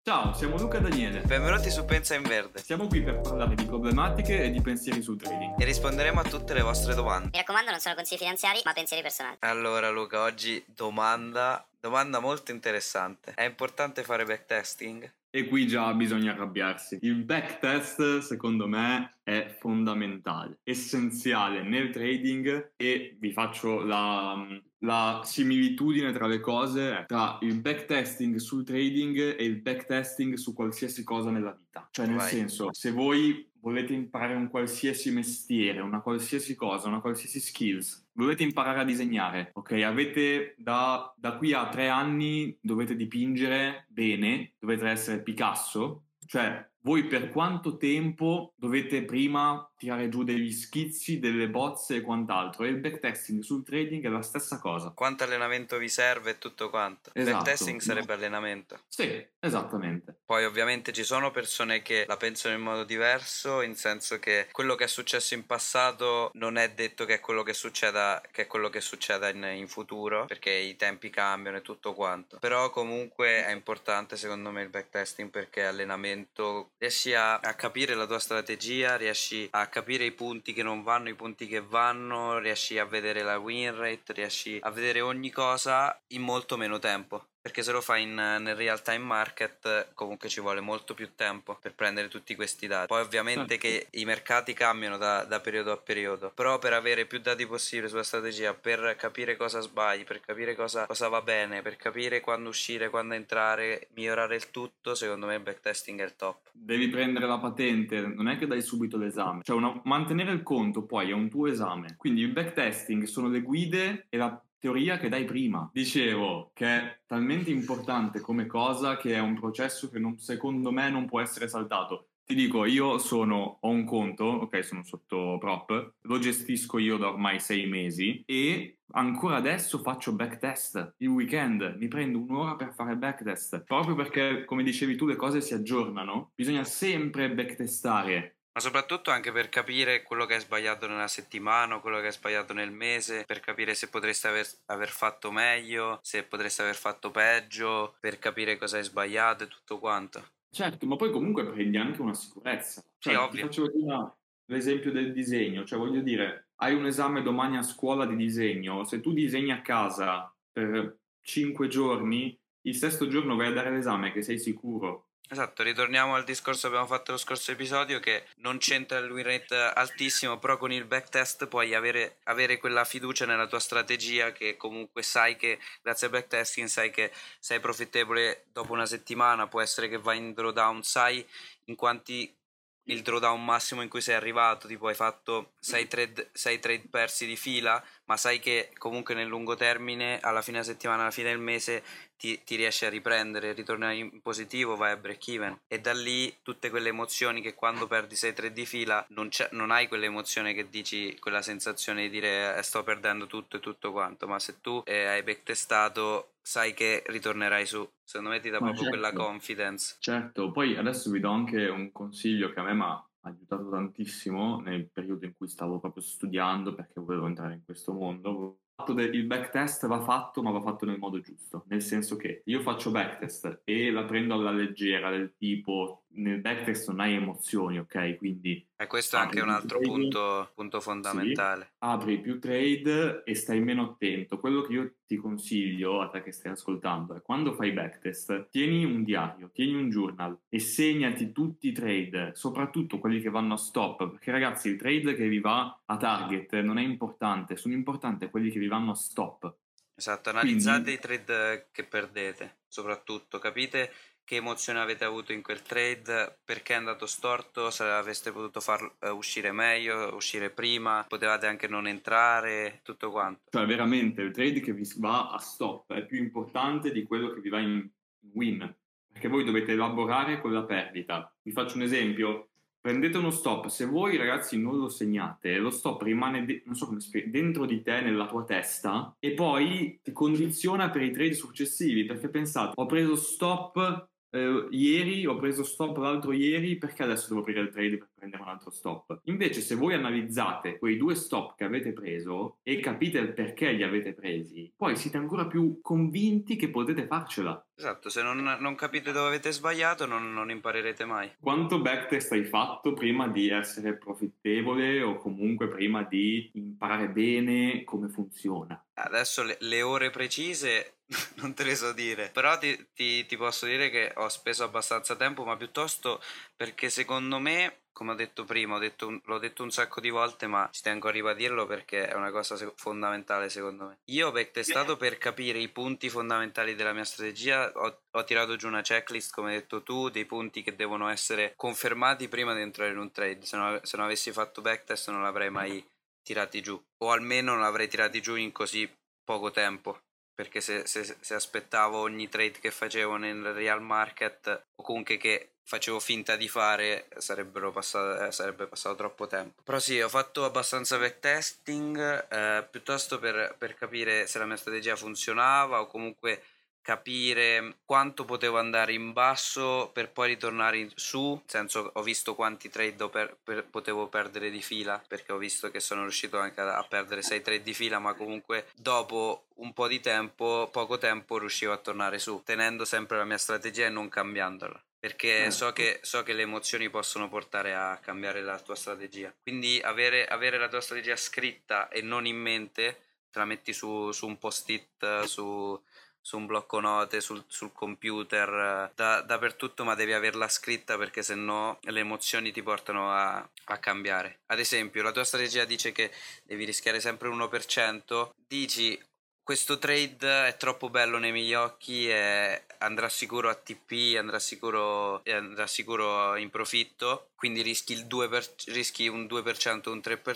Ciao, siamo Luca e Daniele. Benvenuti su Pensa in Verde Siamo qui per parlare di problematiche e di pensieri sul trading. e risponderemo a tutte le vostre domande. Mi raccomando, non sono consigli finanziari, ma pensieri personali. Allora Luca, oggi domanda molto interessante. È importante fare backtesting? E qui già bisogna arrabbiarsi. Il backtest, secondo me, è fondamentale, essenziale nel trading e vi faccio la similitudine tra le cose, tra il backtesting sul trading e il backtesting su qualsiasi cosa nella vita. Cioè, nel Vai. senso, se voi volete imparare un qualsiasi mestiere, una qualsiasi cosa, una qualsiasi skills, volete imparare a disegnare, ok? Avete da qui a 3 anni dovete dipingere bene, dovete essere Picasso, cioè voi per quanto tempo dovete prima tirare giù degli schizzi, delle bozze e quant'altro, e il backtesting sul trading è la stessa cosa. Quanto allenamento vi serve e tutto quanto? Esatto. Backtesting sarebbe allenamento. Sì, esattamente. Poi ovviamente ci sono persone che la pensano in modo diverso, in senso che quello che è successo in passato non è detto che è quello che succeda in futuro, perché i tempi cambiano e tutto quanto. Però comunque è importante secondo me il backtesting, perché è allenamento, riesci a capire la tua strategia, riesci a capire i punti che non vanno, i punti che vanno, riesci a vedere la win rate, riesci a vedere ogni cosa in molto meno tempo. Perché se lo fai nel real time market comunque ci vuole molto più tempo per prendere tutti questi dati. Poi ovviamente che i mercati cambiano da periodo a periodo, però per avere più dati possibile sulla strategia, per capire cosa sbagli, per capire cosa va bene, per capire quando uscire, quando entrare, migliorare il tutto, secondo me il backtesting è il top. Devi prendere la patente, non è che dai subito l'esame. Cioè, mantenere il conto poi è un tuo esame. Quindi il backtesting sono le guide e la teoria che dai prima. Dicevo che è talmente importante come cosa che è un processo che secondo me non può essere saltato. Ti dico, ho un conto, ok, sono sotto prop, lo gestisco io da ormai 6 mesi e ancora adesso faccio backtest. Il weekend mi prendo un'ora per fare backtest, proprio perché, come dicevi tu, le cose si aggiornano, bisogna sempre backtestare. Ma soprattutto anche per capire quello che hai sbagliato nella settimana, quello che hai sbagliato nel mese, per capire se potresti aver fatto meglio, se potresti aver fatto peggio, per capire cosa hai sbagliato e tutto quanto. Certo, ma poi comunque prendi anche una sicurezza. Sì, Cioè, ti ovvio. facevo prima l'esempio del disegno, cioè voglio dire, hai un esame domani a scuola di disegno, se tu disegni a casa per 5 giorni, il sesto giorno vai a dare l'esame che sei sicuro. Esatto, ritorniamo al discorso che abbiamo fatto lo scorso episodio, che non c'entra il win rate altissimo, però con il backtest puoi avere quella fiducia nella tua strategia, che comunque sai che grazie al backtesting sai che sei profittevole dopo una settimana, può essere che vai in drawdown, sai in quanti il drawdown massimo in cui sei arrivato, tipo hai fatto 6 trade persi di fila, ma sai che comunque nel lungo termine, alla fine della settimana, alla fine del mese, ti riesci a riprendere, ritornare in positivo, vai a break even, e da lì tutte quelle emozioni che quando perdi 6 trade di fila non hai quell'emozione che dici, quella sensazione di dire sto perdendo tutto e tutto quanto, ma se tu hai backtestato sai che ritornerai su. Secondo me ti dà Ma proprio certo. quella confidence. Certo, poi adesso vi do anche un consiglio che a me mi ha aiutato tantissimo nel periodo in cui stavo proprio studiando perché volevo entrare in questo mondo. Il backtest va fatto, ma va fatto nel modo giusto, nel senso che io faccio backtest e la prendo alla leggera, del tipo nel backtest non hai emozioni, ok? Quindi E questo è anche un altro punto sì, fondamentale. apri più trade e stai meno attento. Quello che io ti consiglio a te che stai ascoltando è quando fai backtest, tieni un diario, tieni un journal e segnati tutti i trade, soprattutto quelli che vanno a stop, perché ragazzi il trade che vi va a target non è importante, sono importanti quelli che vi vanno a stop. Esatto, analizzate Quindi i trade che perdete, soprattutto capite che emozione avete avuto in quel trade, perché è andato storto, se avreste potuto far uscire meglio, uscire prima, potevate anche non entrare, tutto quanto. cioè veramente il trade che vi va a stop è più importante di quello che vi va in win, perché voi dovete elaborare quella perdita. Vi faccio un esempio, prendete uno stop, se voi ragazzi non lo segnate, lo stop rimane, non so come dentro di te, nella tua testa, e poi ti condiziona per i trade successivi, perché pensate, ho preso stop ieri ho preso stop l'altro ieri, perché adesso devo aprire il trade per prendere un altro stop? Invece se voi analizzate quei 2 stop che avete preso e capite il perché li avete presi, poi siete ancora più convinti che potete farcela. Esatto, se non capite dove avete sbagliato non imparerete mai. Quanto backtest hai fatto prima di essere profittevole o comunque prima di imparare bene come funziona? Adesso le ore precise non te le so dire, però ti posso dire che ho speso abbastanza tempo, ma piuttosto perché secondo me, come ho detto prima, l'ho detto un sacco di volte, ma ci tengo a ribadirlo perché è una cosa fondamentale secondo me. Io ho backtestato per capire i punti fondamentali della mia strategia, ho tirato giù una checklist, come hai detto tu, dei punti che devono essere confermati prima di entrare in un trade, se non avessi fatto backtest non l'avrei mai tirati giù, o almeno non l'avrei tirati giù in così poco tempo, perché se aspettavo ogni trade che facevo nel real market o comunque che facevo finta di fare sarebbe passato troppo tempo. Però sì, ho fatto abbastanza backtesting, piuttosto per capire se la mia strategia funzionava o comunque capire quanto potevo andare in basso per poi ritornare su, nel senso ho visto quanti trade potevo perdere di fila, perché ho visto che sono riuscito anche a perdere 6 trade di fila, ma comunque dopo un po' di tempo, poco tempo, riuscivo a tornare su, tenendo sempre la mia strategia e non cambiandola, perché so che le emozioni possono portare a cambiare la tua strategia, quindi avere la tua strategia scritta e non in mente, te la metti su un post-it, su un blocco note, sul computer, dappertutto, ma devi averla scritta perché sennò le emozioni ti portano a cambiare. Ad esempio, la tua strategia dice che devi rischiare sempre l'1%, dici questo trade è troppo bello nei miei occhi e andrà sicuro a TP, andrà sicuro in profitto, quindi rischi un 2%, un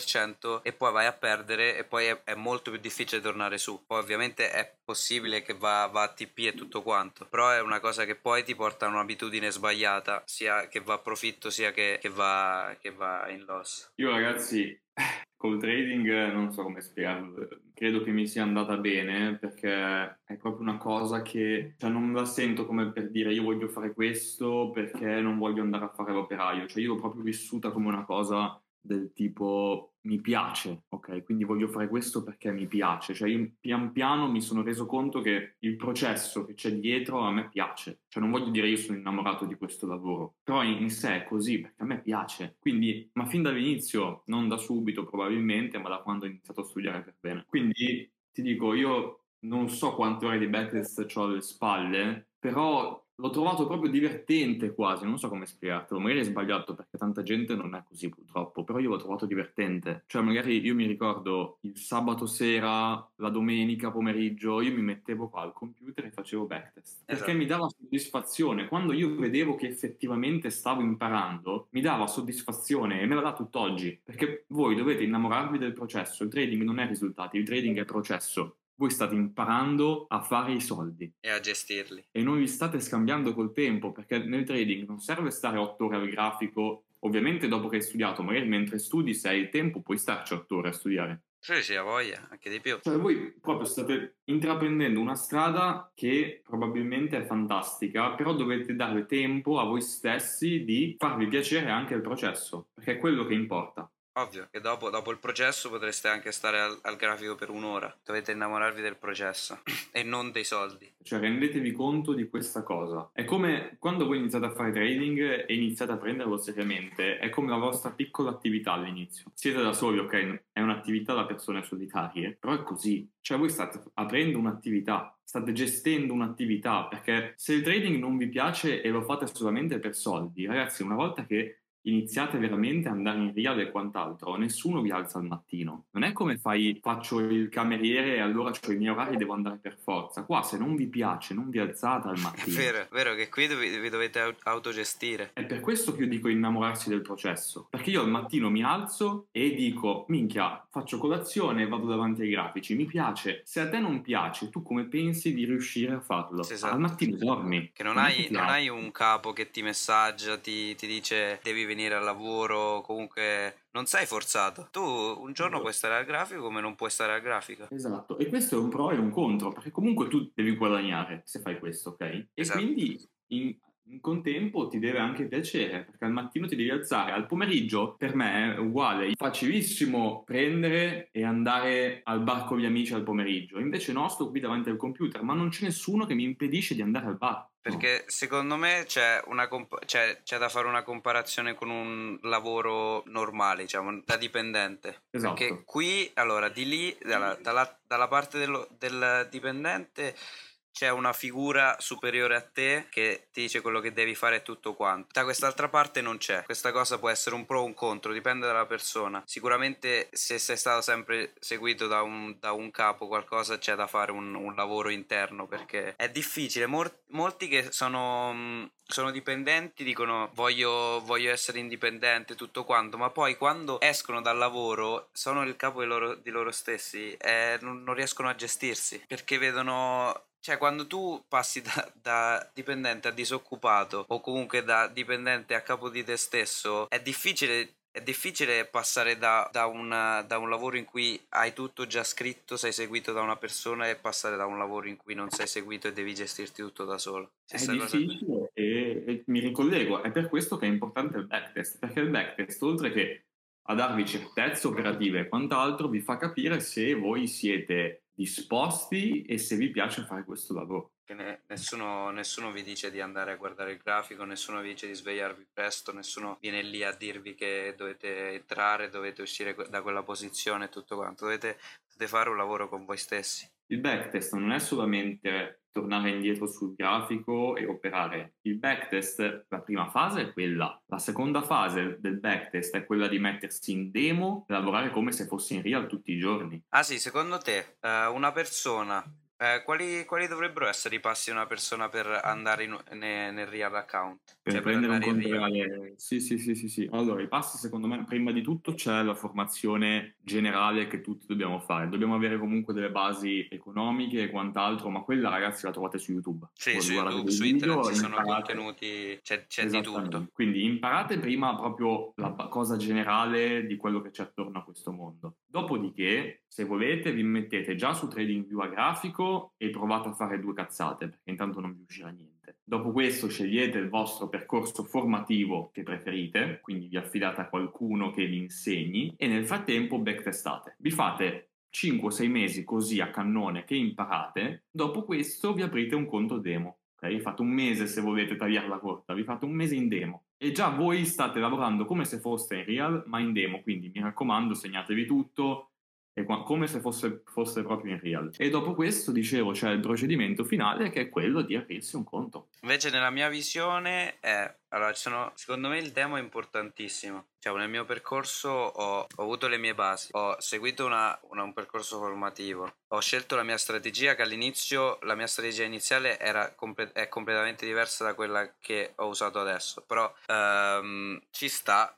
3% e poi vai a perdere e poi è molto più difficile tornare su. Poi ovviamente è possibile che va a TP e tutto quanto, però è una cosa che poi ti porta a un'abitudine sbagliata, sia che va a profitto sia che va in loss. Io ragazzi, col trading non so come spiegarlo, credo che mi sia andata bene perché è proprio una cosa che, cioè, non la sento come per dire io voglio fare questo perché non voglio andare a fare l'operaio, cioè io l'ho proprio vissuta come una cosa del tipo mi piace, ok? Quindi voglio fare questo perché mi piace, cioè io pian piano mi sono reso conto che il processo che c'è dietro a me piace, cioè non voglio dire io sono innamorato di questo lavoro, però in sé è così perché a me piace, quindi, ma fin dall'inizio, non da subito probabilmente, ma da quando ho iniziato a studiare per bene. Quindi ti dico, io non so quante ore di backtest ho alle spalle, però l'ho trovato proprio divertente quasi, non so come spiegartelo, magari è sbagliato perché tanta gente non è così purtroppo, però io l'ho trovato divertente, cioè magari io mi ricordo il sabato sera, la domenica pomeriggio, io mi mettevo qua al computer e facevo backtest, perché Esatto. mi dava soddisfazione, quando io vedevo che effettivamente stavo imparando, mi dava soddisfazione e me la dà tutt'oggi, perché voi dovete innamorarvi del processo, il trading non è risultati, il trading è processo. Voi state imparando a fare i soldi E a gestirli. e non li state scambiando col tempo, perché nel trading non serve stare 8 ore al grafico, ovviamente dopo che hai studiato, magari mentre studi se hai il tempo puoi starci 8 ore a studiare. Sì, ha voglia, anche di più. Cioè voi proprio state intraprendendo una strada che probabilmente è fantastica, però dovete dare tempo a voi stessi di farvi piacere anche il processo, perché è quello che importa. Ovvio che dopo il processo potreste anche stare al grafico per un'ora. Dovete innamorarvi del processo e non dei soldi. Cioè rendetevi conto di questa cosa. È come quando voi iniziate a fare trading e iniziate a prenderlo seriamente, è come la vostra piccola attività all'inizio. Siete da soli, ok? È un'attività da persone solitarie, però è così. Cioè voi state aprendo un'attività, state gestendo un'attività, perché se il trading non vi piace e lo fate solamente per soldi, ragazzi, una volta che iniziate veramente ad andare in real e quant'altro, nessuno vi alza al mattino. Non è come faccio il cameriere e allora ho i miei orari, devo andare per forza. Qua se non vi piace, non vi alzate al mattino. È vero che qui vi dovete autogestire. È per questo che io dico innamorarsi del processo, perché io al mattino mi alzo e dico, minchia, faccio colazione e vado davanti ai grafici, mi piace. Se a te non piace, tu come pensi di riuscire a farlo? Sì, esatto. Al mattino dormi. Che non è che ti hai un capo che ti messaggia, ti dice devi venire al lavoro, comunque non sei forzato. Tu un giorno puoi stare al grafico come non puoi stare al grafico. Esatto, e questo è un pro e un contro, perché comunque tu devi guadagnare se fai questo, ok? E Esatto. quindi Un contempo ti deve anche piacere, perché al mattino ti devi alzare, al pomeriggio per me è uguale, è facilissimo prendere e andare al bar con gli amici al pomeriggio, invece no, sto qui davanti al computer, ma non c'è nessuno che mi impedisce di andare al bar. Perché secondo me c'è da fare una comparazione con un lavoro normale, diciamo, da dipendente. Perché Esatto. qui, allora, di lì, dalla parte del dipendente c'è una figura superiore a te che ti dice quello che devi fare e tutto quanto. Da quest'altra parte non c'è. Questa cosa può essere un pro o un contro, dipende dalla persona. Sicuramente se sei stato sempre seguito da un capo, qualcosa c'è da fare un lavoro interno, perché è difficile. Molti che sono dipendenti dicono voglio essere indipendente, tutto quanto, ma poi quando escono dal lavoro sono il capo di loro stessi e non riescono a gestirsi, perché vedono. Cioè, quando tu passi da dipendente a disoccupato o comunque da dipendente a capo di te stesso, è difficile passare da un lavoro in cui hai tutto già scritto, sei seguito da una persona, e passare da un lavoro in cui non sei seguito e devi gestirti tutto da solo. È Stessa cosa qui. difficile e mi ricollego, è per questo che è importante il backtest, perché il backtest, oltre che a darvi certezze operative e quant'altro, vi fa capire se voi siete disposti e se vi piace fare questo lavoro. Che nessuno vi dice di andare a guardare il grafico, nessuno vi dice di svegliarvi presto, nessuno viene lì a dirvi che dovete entrare, dovete uscire da quella posizione e tutto quanto. Dovete fare un lavoro con voi stessi. Il backtest non è solamente tornare indietro sul grafico e operare. Il backtest, la prima fase è quella. La seconda fase del backtest è quella di mettersi in demo e lavorare come se fossi in real tutti i giorni. Ah sì, secondo te una persona, quali dovrebbero essere i passi di una persona per andare nel real account? Per Cioè per prendere un andare in conto real? reale, sì, sì, sì, sì, sì. Allora, i passi, secondo me, prima di tutto c'è la formazione generale che tutti dobbiamo fare. Dobbiamo avere comunque delle basi economiche e quant'altro, ma quella, ragazzi, la trovate su YouTube. Sì, Voi su guardate YouTube, dei su internet video, ci sono imparate. contenuti, c'è di tutto. Esattamente. Quindi imparate prima proprio la cosa generale di quello che c'è attorno a questo mondo. Dopodiché, se volete, vi mettete già su TradingView a grafico e provate a fare due cazzate, perché intanto non vi uscirà niente. Dopo questo scegliete il vostro percorso formativo che preferite, quindi vi affidate a qualcuno che vi insegni e nel frattempo backtestate. Vi fate 5-6 mesi così a cannone che imparate, dopo questo vi aprite un conto demo. Okay? Fate un mese se volete tagliarla corta, vi fate un mese in demo e già voi state lavorando come se foste in real ma in demo, quindi mi raccomando segnatevi tutto come se fosse proprio in real. E dopo questo, dicevo, c'è il procedimento finale che è quello di aprirsi un conto. Invece nella mia visione allora, secondo me il demo è importantissimo. Cioè, nel mio percorso ho avuto le mie basi, ho seguito un percorso formativo, ho scelto la mia strategia, che all'inizio, la mia strategia iniziale è completamente diversa da quella che ho usato adesso, però ci sta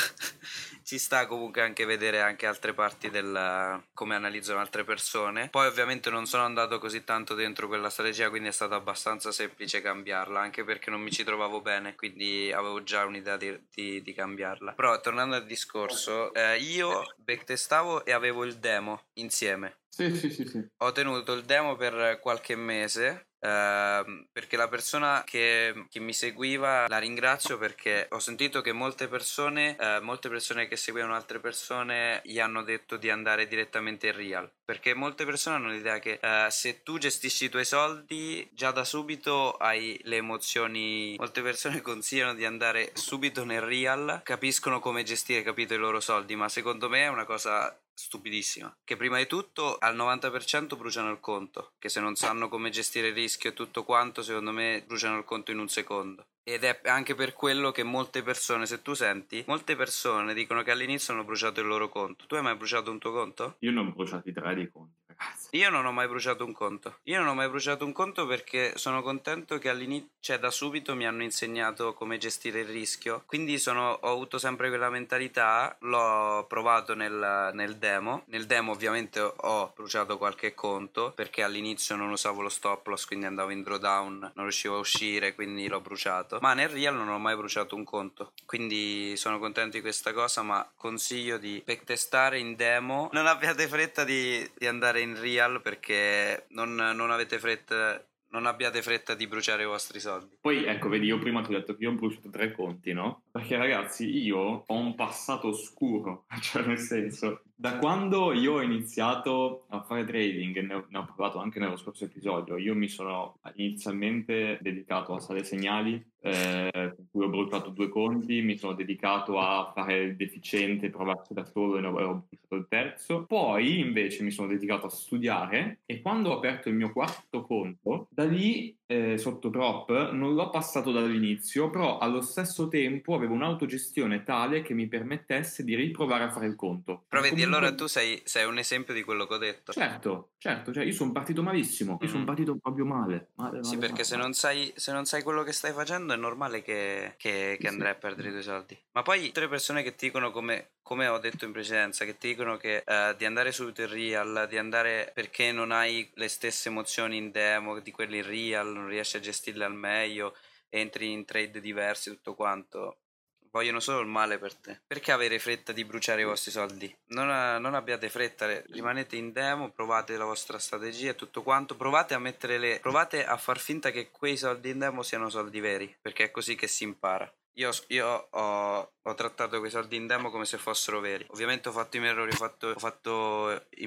ci sta comunque anche vedere anche altre parti come analizzano altre persone. Poi ovviamente non sono andato così tanto dentro quella strategia, quindi è stato abbastanza semplice cambiarla, anche perché non mi ci trovavo bene, quindi avevo già un'idea di cambiarla. Però tornando al discorso, io backtestavo e avevo il demo insieme. Sì, sì, sì, sì. Ho tenuto il demo per qualche mese, perché la persona che mi seguiva, la ringrazio, perché ho sentito che molte persone che seguivano altre persone gli hanno detto di andare direttamente in real, perché molte persone hanno l'idea che se tu gestisci i tuoi soldi già da subito hai le emozioni. Molte persone consigliano di andare subito nel real, capiscono come gestire, capito, i loro soldi, ma secondo me è una cosa stupidissima, che prima di tutto al 90% bruciano il conto, che se non sanno come gestire il rischio e tutto quanto, secondo me bruciano il conto in un secondo. Ed è anche per quello che molte persone, se tu senti, molte persone dicono che all'inizio hanno bruciato il loro conto. Tu hai mai bruciato un tuo conto? Io ne ho bruciati 3 di conti, ragazzi. Io non ho mai bruciato un conto. Io non ho mai bruciato un conto perché sono contento che all'inizio, cioè da subito, mi hanno insegnato come gestire il rischio. Quindi ho avuto sempre quella mentalità. L'ho provato nel demo. Nel demo ovviamente ho bruciato qualche conto, perché all'inizio non usavo lo stop loss, quindi andavo in drawdown, non riuscivo a uscire, quindi l'ho bruciato. Ma nel real non ho mai bruciato un conto. Quindi sono contento di questa cosa, ma consiglio di backtestare in demo. Non abbiate fretta di andare in real, perché non avete fretta. non abbiate fretta di bruciare i vostri soldi. Poi ecco, vedi, io prima ti ho detto che io ho bruciato 3 conti, no? Perché ragazzi, io ho un passato oscuro, cioè nel senso, da quando io ho iniziato a fare trading, e ne ho parlato anche nello scorso episodio, io mi sono inizialmente dedicato a sale segnali, con cui ho bruciato 2 conti, mi sono dedicato a fare il deficiente, provarci da solo e ne ho bruciato il terzo, poi invece mi sono dedicato a studiare e quando ho aperto il mio quarto conto, da lì sotto prop non l'ho passato dall'inizio, però allo stesso tempo avevo un'autogestione tale che mi permettesse di riprovare a fare il conto. Però vedi, Comunque, allora tu sei un esempio di quello che ho detto. certo, cioè io sono partito malissimo, io sono partito proprio male, Sì, perché se non sai quello che stai facendo è normale che Sì, andrai a perdere i tuoi soldi. Ma poi tutte le persone che ti dicono, come ho detto in precedenza, che ti dicono che di andare subito in real, di andare perché non hai le stesse emozioni in demo di quelli in real, non riesci a gestirle al meglio, entri in trade diversi, tutto quanto. Vogliono solo il male per te. Perché avere fretta di bruciare i vostri soldi? Non abbiate fretta, rimanete in demo, provate la vostra strategia e tutto quanto. Provate a far finta che quei soldi in demo siano soldi veri, perché è così che si impara. Io ho trattato quei soldi in demo come se fossero veri. Ovviamente ho fatto i miei errori, ho fatto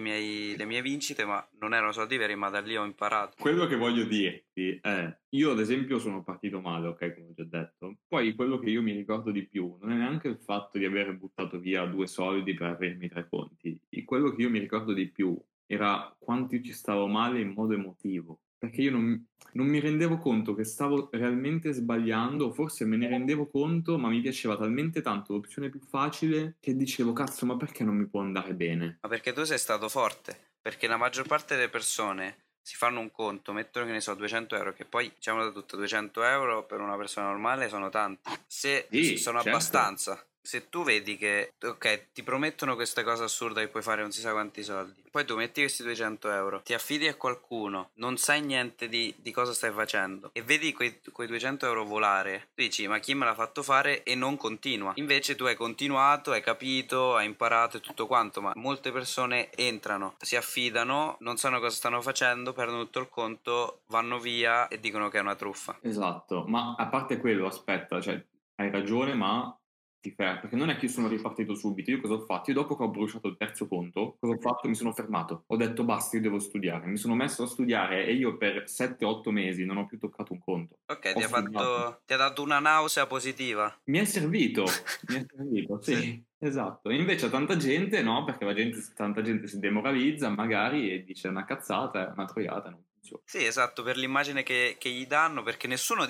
le mie vincite, ma non erano soldi veri, ma da lì ho imparato. quello che voglio dirti è, io ad esempio sono partito male, ok, come ho già detto, poi quello che io mi ricordo di più non è neanche il fatto di aver buttato via 2 soldi per avermi 3 conti, quello che io mi ricordo di più era quanto io ci stavo male in modo emotivo, perché io non mi rendevo conto che stavo realmente sbagliando, o forse me ne rendevo conto, ma mi piaceva talmente tanto l'opzione più facile che dicevo, cazzo, ma perché non mi può andare bene? Ma perché tu sei stato forte? Perché la maggior parte delle persone si fanno un conto, mettono che ne so 200 euro, che poi diciamo da tutto 200 euro per una persona normale sono tanti. Se Sì, sono certo. abbastanza, se tu vedi che, ok, ti promettono questa cosa assurda che puoi fare non si sa quanti soldi, poi tu metti questi 200 euro, ti affidi a qualcuno, non sai niente di cosa stai facendo e vedi quei 200 euro volare, tu dici ma chi me l'ha fatto fare e non continua. Invece tu hai continuato, hai capito, hai imparato e tutto quanto, ma molte persone entrano, si affidano, non sanno cosa stanno facendo, perdono tutto il conto, vanno via e dicono che è una truffa. Esatto, ma a parte quello, aspetta, cioè, hai ragione, ma ti fermo, perché non è che io sono ripartito subito, io cosa ho fatto? Io dopo che ho bruciato il terzo conto, cosa ho fatto? Mi sono fermato, ho detto basta, io devo studiare, mi sono messo a studiare e io per 7-8 mesi non ho più toccato un conto, Ok, ho studiato. ti ha dato una nausea positiva. Mi è servito, Sì. sì, esatto. E invece a tanta gente no, perché tanta gente si demoralizza magari e dice una cazzata, è una troiata, non funziona. Sì, esatto, per l'immagine che gli danno, perché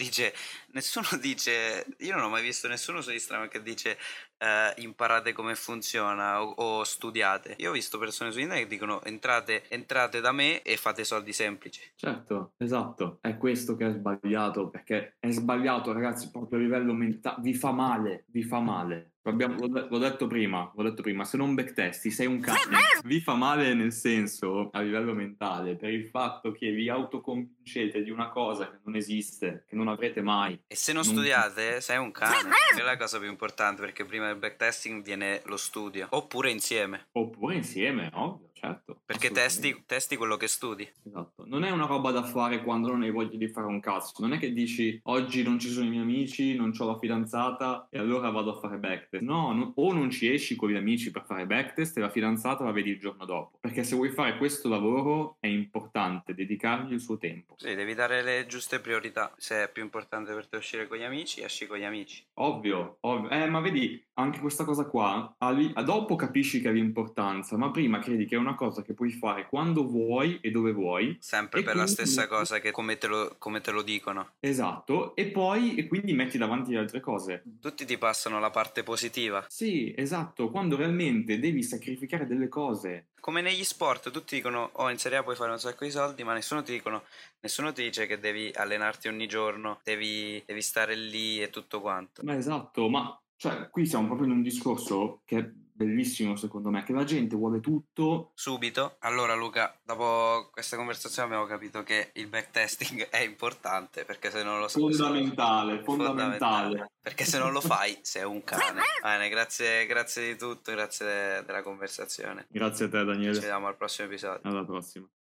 nessuno dice, io non ho mai visto nessuno su Instagram che dice imparate come funziona o studiate. Io ho visto persone su internet che dicono entrate da me e fate soldi semplici. Certo, esatto, è questo che è sbagliato, perché è sbagliato, ragazzi, proprio a livello mentale, vi fa male, vi fa male. L'ho detto prima, se non backtesti sei un cane. Vi fa male nel senso, a livello mentale, per il fatto che vi autoconvincete di una cosa che non esiste, che non avrete mai. E se non Non- studiate, sei un cane. Quella è la cosa più importante, perché prima del backtesting viene lo studio. Oppure insieme, Oppure insieme, ovvio, certo, perché assolutamente. testi quello che studi. Esatto, non è una roba da fare quando non hai voglia di fare un cazzo, non è che dici oggi non ci sono i miei amici, non ho la fidanzata e allora vado a fare backtest. No, o non ci esci con gli amici per fare backtest e la fidanzata la vedi il giorno dopo, perché se vuoi fare questo lavoro è importante dedicargli il suo tempo. Sì, devi dare le giuste priorità. Se è più importante per te uscire con gli amici, esci con gli amici. Ovvio, ovvio. Ma vedi, anche questa cosa qua, dopo capisci che ha l'importanza, ma prima credi che è una cosa che puoi fare quando vuoi e dove vuoi Sempre e per la quindi stessa cosa che come te lo dicono. esatto, e quindi metti davanti le altre cose. Tutti ti passano la parte positiva. Sì, esatto, quando realmente devi sacrificare delle cose. Come negli sport, tutti dicono, oh, in Serie A puoi fare un sacco di soldi, ma nessuno ti dice che devi allenarti ogni giorno, devi stare lì e tutto quanto. Ma esatto, ma cioè, qui siamo proprio in un discorso che è bellissimo secondo me, che la gente vuole tutto. Subito, allora Luca, dopo questa conversazione abbiamo capito che il backtesting è importante, perché se non lo sai, Fondamentale, fondamentale, fondamentale. perché se non lo fai sei un cane. Bene, grazie di tutto, grazie della conversazione. Grazie a te, Ci Daniele. vediamo al prossimo episodio. Alla prossima.